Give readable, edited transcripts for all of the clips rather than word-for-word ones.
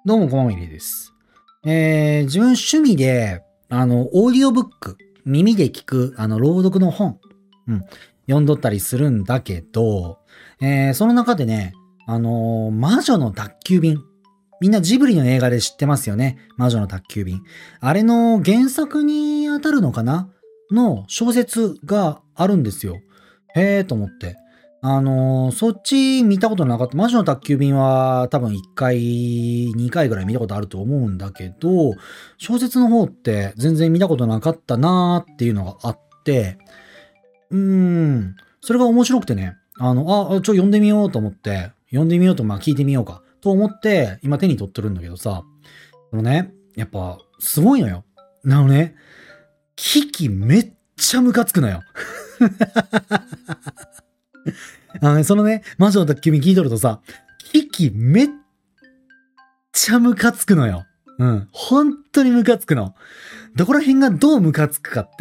どうも、こまみれです。自分趣味で、オーディオブック、耳で聞く、朗読の本、読んどったりするんだけど、その中でね、魔女の宅急便。みんなジブリの映画で知ってますよね。魔女の宅急便。あれの原作に当たるのかなの小説があるんですよ。へーと思って。そっち見たことなかった。魔女の宅急便は多分1回、2回ぐらい見たことあると思うんだけど、小説の方って全然見たことなかったなーっていうのがあって、それが面白くてね、読んでみようと思って、読んでみようと、聞いてみようかと思って、今手に取ってるんだけどさ、やっぱ、すごいのよ。キキめっちゃムカつくのよ。魔女の宅急便聞いとるとさ、キキめっちゃムカつくのよ。本当にムカつくの。どこら辺がどうムカつくかって、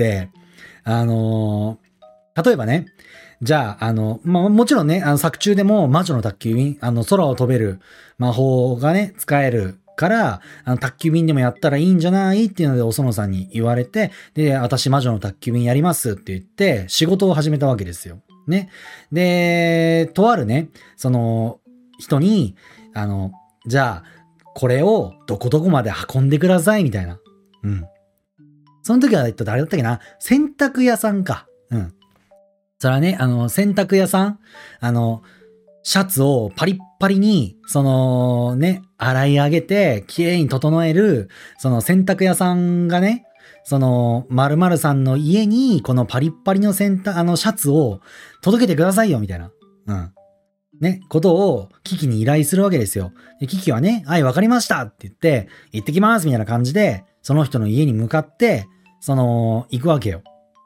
例えばね、じゃあ、もちろんね、作中でも魔女の宅急便、空を飛べる魔法がね、使えるから、宅急便でもやったらいいんじゃないっていうので、お園さんに言われて、で、私魔女の宅急便やりますって言って、仕事を始めたわけですよ。ね。で、とあるね、人に、じゃあ、これをどこどこまで運んでください、みたいな。その時は、誰だったっけな、洗濯屋さんか。それはね、洗濯屋さん、シャツをパリッパリに、洗い上げて、綺麗に整える、洗濯屋さんがね、〇〇さんの家に、このパリッパリのシャツを届けてくださいよ、みたいな。ことをキキに依頼するわけですよ。でキキはね、はい、わかりましたって言って、行ってきますみたいな感じで、その人の家に向かって、行くわけよ。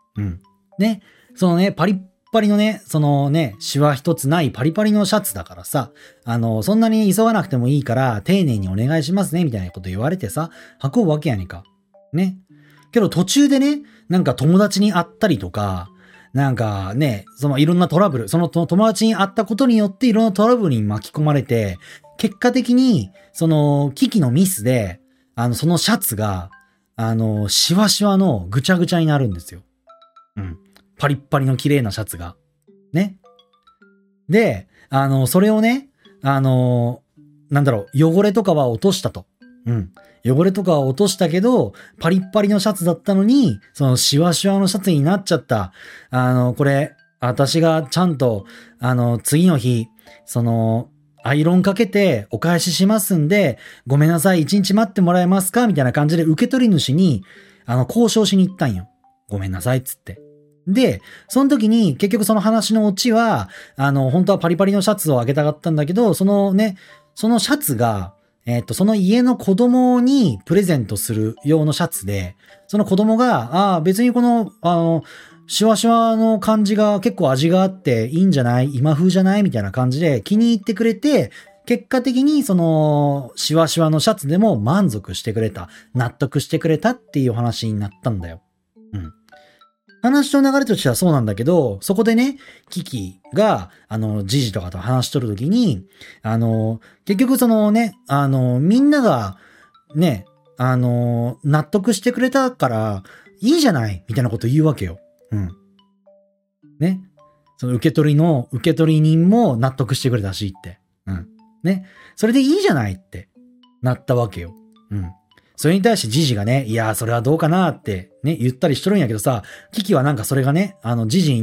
パリッパリのね、シワ一つないパリパリのシャツだからさ、そんなに急がなくてもいいから、丁寧にお願いしますね、みたいなこと言われてさ、運ぶわけやねんか。ね。けど途中でね、友達に会ったりとか、いろんなトラブル、その友達に会ったことによっていろんなトラブルに巻き込まれて、結果的に、キキのミスで、そのシャツが、シワシワのぐちゃぐちゃになるんですよ。パリッパリの綺麗なシャツが。ね。で、それをね、汚れとかは落としたと。汚れとかは落としたけど、パリッパリのシャツだったのに、そのシワシワのシャツになっちゃった。これ、私がちゃんと、次の日、アイロンかけてお返ししますんで、ごめんなさい、一日待ってもらえますかみたいな感じで受け取り主に、交渉しに行ったんよ。ごめんなさい、つって。で、その時に結局その話のオチは、本当はパリパリのシャツをあげたかったんだけど、そのシャツが、その家の子供にプレゼントする用のシャツで、その子供が、別にこの、シワシワの感じが結構味があっていいんじゃない？今風じゃない？みたいな感じで気に入ってくれて、結果的にシワシワのシャツでも満足してくれた、納得してくれたっていう話になったんだよ。話の流れとしてはそうなんだけど、そこでね、キキが、ジジとかと話しとるときに、結局みんなが、ね、納得してくれたから、いいじゃないみたいなこと言うわけよ。ね。その受け取り人も納得してくれたしって。ね。それでいいじゃないってなったわけよ。それに対してジジがね、いや、それはどうかなってね、言ったりしとるんやけどさ、キキはそれがね、ジジに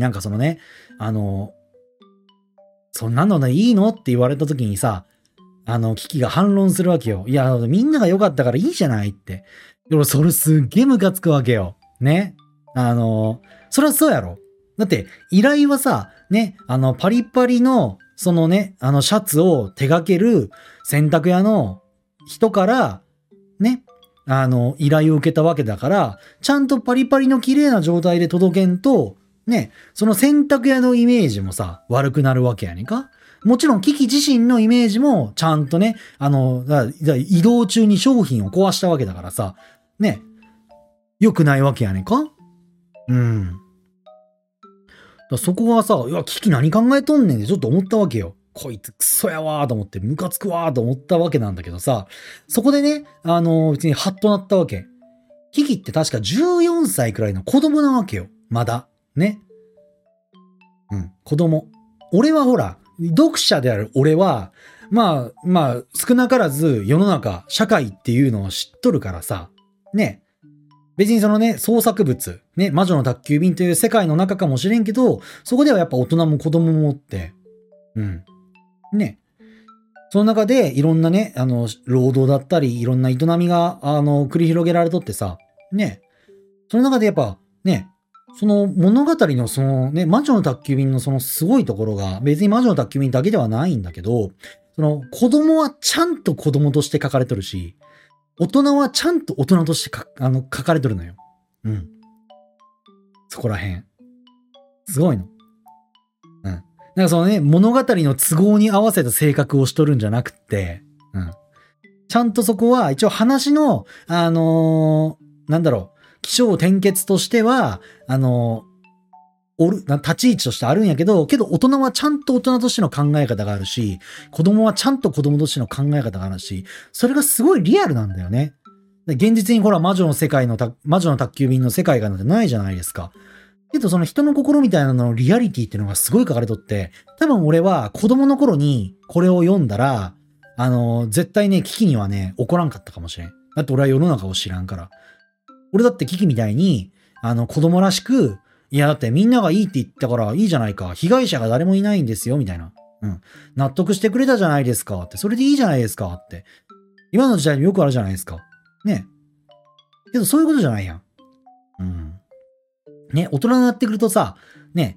そんなのでいいのって言われた時にさ、キキが反論するわけよ。いや、みんなが良かったからいいじゃないって。でもそれすっげえムカつくわけよ。ね。そりゃそうやろ。だって、依頼はさ、ね、パリパリの、シャツを手掛ける洗濯屋の人から、ね、依頼を受けたわけだから、ちゃんとパリパリの綺麗な状態で届けんと、ね、その洗濯屋のイメージもさ、悪くなるわけやねんか。もちろん、キキ自身のイメージも、ちゃんとね、移動中に商品を壊したわけだからさ、ね、良くないわけやねんか。そこはさ、いや、キキ何考えとんねんってちょっと思ったわけよ。 こいつクソやわーと思って、ムカつくわーと思ったわけなんだけどさ、そこでね、別にハッとなったわけ。キキって確か14歳くらいの子供なわけよ。まだ。ね。うん、子供。俺はほら、読者である俺は、まあ、少なからず世の中、社会っていうのを知っとるからさ、ね。別にそのね、創作物、ね、魔女の宅急便という世界の中かもしれんけど、そこではやっぱ大人も子供もおって、うん。ね。その中でいろんなね、労働だったり、いろんな営みが、繰り広げられとってさ、ね。その中でやっぱ、ね、その物語のそのね、魔女の宅急便のそのすごいところが、別に魔女の宅急便だけではないんだけど、その子供はちゃんと子供として書かれてるし、大人はちゃんと大人として書かれてるのよ。うん。そこら辺。すごいの。うん。なんかそのね、物語の都合に合わせた性格をしとるんじゃなくて、うん。ちゃんとそこは一応話の、なんだろう、起承転結としては、立ち位置としてあるんやけど大人はちゃんと大人としての考え方があるし、子供はちゃんと子供としての考え方があるし、それがすごいリアルなんだよね。現実にほら魔女の宅急便の世界がなんてないじゃないですか。けどその人の心みたいなののリアリティっていうのがすごい書かれとって、多分俺は子供の頃にこれを読んだら、絶対ね、キキにはね、怒らんかったかもしれん。だって俺は世の中を知らんから。俺だってキキみたいに、子供らしく、いやだってみんながいいって言ったからいいじゃないか。被害者が誰もいないんですよ、みたいな。うん。納得してくれたじゃないですかって。それでいいじゃないですかって。今の時代によくあるじゃないですか。ね。けどそういうことじゃないやん。うん。ね、大人になってくるとさ、ね、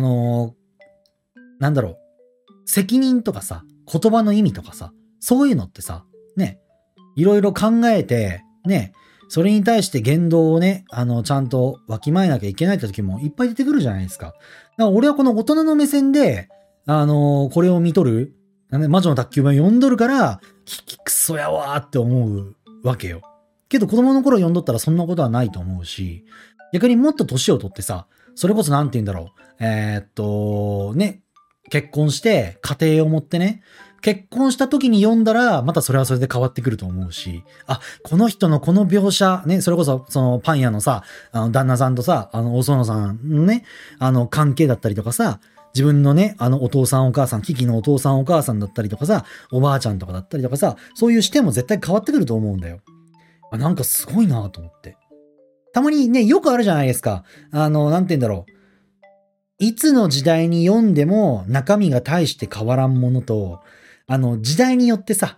なんだろう。責任とかさ、言葉の意味とかさ、そういうのってさ、ね、いろいろ考えて、ね、それに対して言動をね、ちゃんとわきまえなきゃいけないって時もいっぱい出てくるじゃないですか。だから俺はこの大人の目線で、これを見とる、魔女の宅急便を読んどるから、クソやわーって思うわけよ。けど子供の頃読んどったらそんなことはないと思うし、逆にもっと年を取ってさ、それこそなんて言うんだろう。ね、結婚して家庭を持ってね、結婚した時に読んだら、またそれはそれで変わってくると思うし、あ、この人のこの描写、ね、それこそ、そのパン屋のさ、旦那さんとさ、お園さんのね、関係だったりとかさ、自分のね、お父さんお母さん、キキのお父さんお母さんだったりとかさ、おばあちゃんとかだったりとかさ、そういう視点も絶対変わってくると思うんだよ。なんかすごいなと思って。たまにね、よくあるじゃないですか。なんて言うんだろう。いつの時代に読んでも中身が大して変わらんものと、時代によってさ、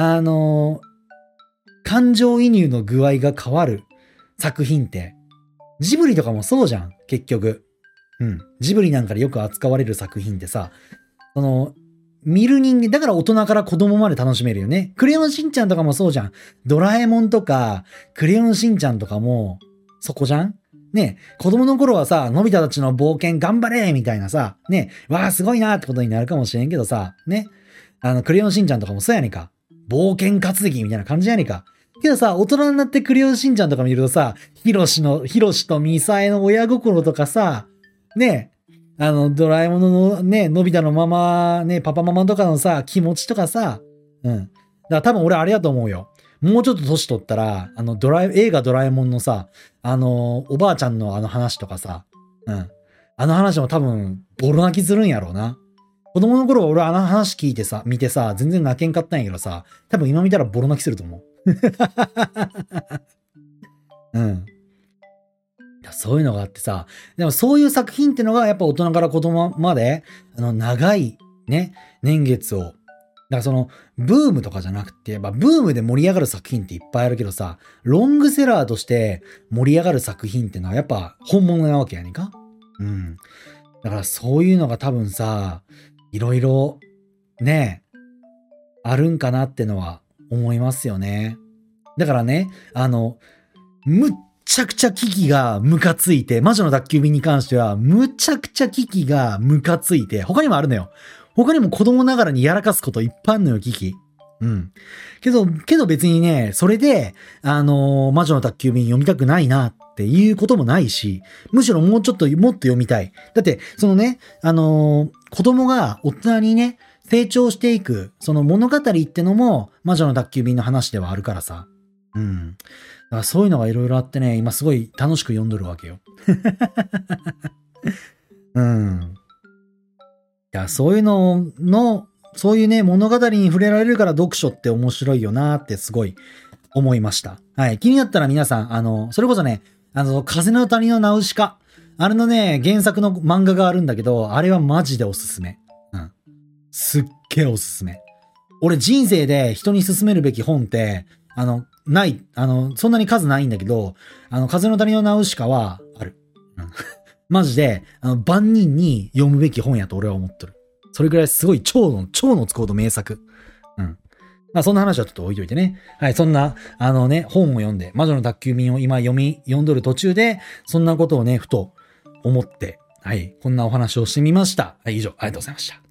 感情移入の具合が変わる作品って、ジブリとかもそうじゃん、結局。うん。ジブリなんかでよく扱われる作品ってさ、見る人間、だから大人から子供まで楽しめるよね。クレヨンしんちゃんとかもそうじゃん。ドラえもんとか、クレヨンしんちゃんとかも、そこじゃんね、子供の頃はさ、のび太たちの冒険頑張れみたいなさ、ね、わあすごいなってことになるかもしれんけどさ、ね、クレヨンしんちゃんとかもそうやねんか。冒険活劇みたいな感じやねんか。けどさ、大人になってクレヨンしんちゃんとか見るとさ、ヒロシとミサエの親心とかさ、ね、ドラえもんのね、のび太のママ、ね、パパママとかのさ、気持ちとかさ、うん。だから多分俺あれやと思うよ。もうちょっと年取ったら、映画ドラえもんのさ、おばあちゃんの話とかさ、うん。話も多分、ボロ泣きするんやろうな。子供の頃俺話聞いてさ、見てさ、全然泣けんかったんやけどさ、多分今見たらボロ泣きすると思う。うん。そういうのがあってさ、でもそういう作品ってのがやっぱ大人から子供まで、長いね、年月を、だからその、ブームとかじゃなくて、ブームで盛り上がる作品っていっぱいあるけどさ、ロングセラーとして盛り上がる作品ってのはやっぱ本物なわけやねんか。うん。だからそういうのが多分さ、いろいろ、ね、あるんかなってのは思いますよね。だからね、むっちゃくちゃキキがムカついて、魔女の宅急便に関しては、むちゃくちゃキキがムカついて、他にもあるのよ。他にも子供ながらにやらかすこといっぱいあるのよ、キキ。うん。けど別にね、それで、魔女の宅急便読みたくないなっていうこともないし、むしろもっと読みたい。だって、そのね、子供が大人にね、 成長していく、その物語ってのも魔女の宅急便の話ではあるからさ。だからそういうのがいろいろあってね、今すごい楽しく読んどるわけよ。いや、そういうのの、そういうね、物語に触れられるから読書って面白いよなってすごい思いました。はい。気になったら皆さん、それこそね、風の谷のナウシカ。あれのね、原作の漫画があるんだけど、あれはマジでおすすめ。すっげえおすすめ。俺人生で人に勧めるべき本って、ない、そんなに数ないんだけど、風の谷のナウシカはある。マジで、万人に読むべき本やと俺は思ってる。それぐらいすごい超のつくほど名作。まあそんな話はちょっと置いといてね。はい、そんな、本を読んで、魔女の宅急便を今読んどる途中で、そんなことをね、ふと思って、はい、こんなお話をしてみました。はい、以上、ありがとうございました。